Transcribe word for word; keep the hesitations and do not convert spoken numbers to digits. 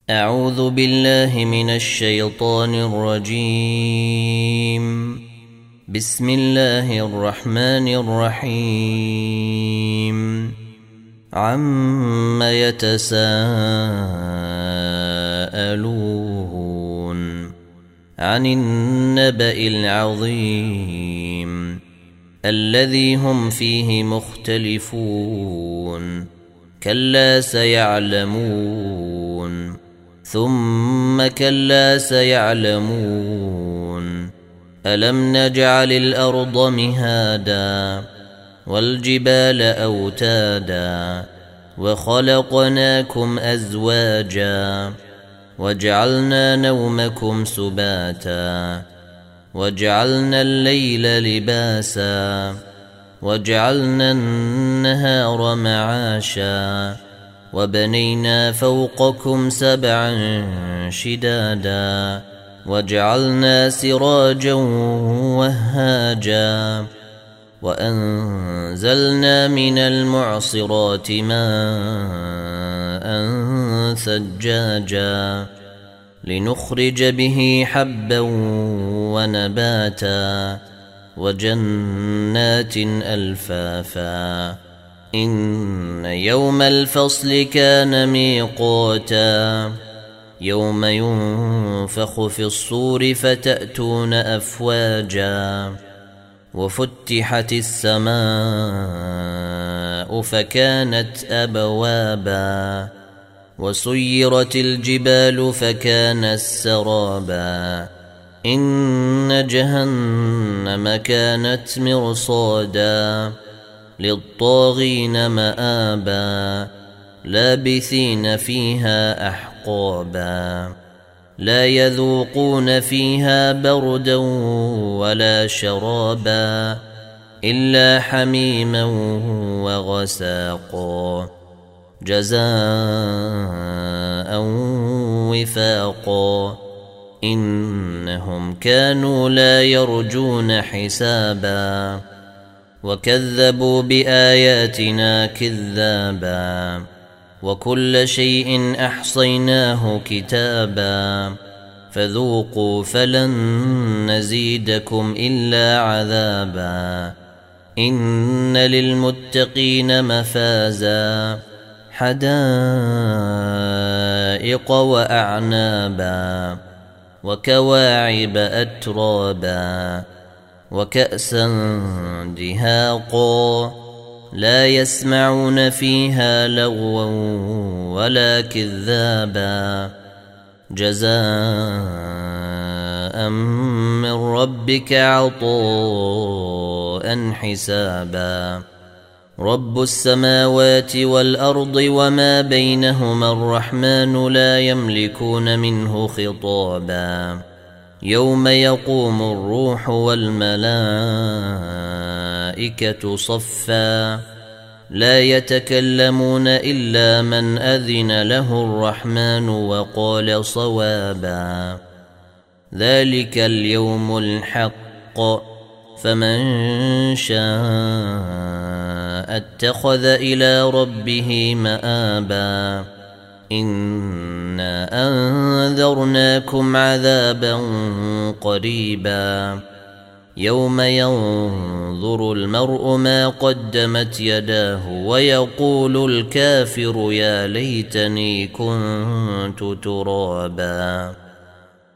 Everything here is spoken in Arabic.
أعوذ بالله من الشيطان الرجيم. بسم الله الرحمن الرحيم. عم يتساءلون عن النبأ العظيم الذي هم فيه مختلفون. كلا سيعلمون ثم كلا سيعلمون. ألم نجعل الأرض مهادا والجبال أوتادا وخلقناكم أزواجا وجعلنا نومكم سباتا وجعلنا الليل لباسا وجعلنا النهار معاشا وبنينا فوقكم سبعا شدادا وجعلنا سراجا وهاجا وأنزلنا من المعصرات ماء ثجاجا لنخرج به حبا ونباتا وجنات ألفافا. إن يوم الفصل كان ميقاتا يوم ينفخ في الصور فتأتون أفواجا وفتحت السماء فكانت أبوابا وسيرت الجبال فكانت سرابا. إن جهنم كانت مرصادا للطاغين مآبا لابثين فيها أحقابا لا يذوقون فيها بردا ولا شرابا إلا حميما وغساقا جزاء وفاقا. إنهم كانوا لا يرجون حسابا وكذبوا بآياتنا كذابا وكل شيء أحصيناه كتابا فذوقوا فلن نزيدكم إلا عذابا. إن للمتقين مفازا حدائق وأعنابا وكواعب أترابا وكأسا دهاقا لا يسمعون فيها لغوا ولا كذابا جزاء من ربك عطاء حسابا. رب السماوات والأرض وما بينهما الرحمن لا يملكون منه خطابا. يوم يقوم الروح والملائكة صفا لا يتكلمون إلا من أذن له الرحمن وقال صوابا. ذلك اليوم الحق فمن شاء اتخذ إلى ربه مآبا. إنا أنذرناكم عذابا قريبا يوم ينظر المرء ما قدمت يداه ويقول الكافر يا ليتني كنت ترابا.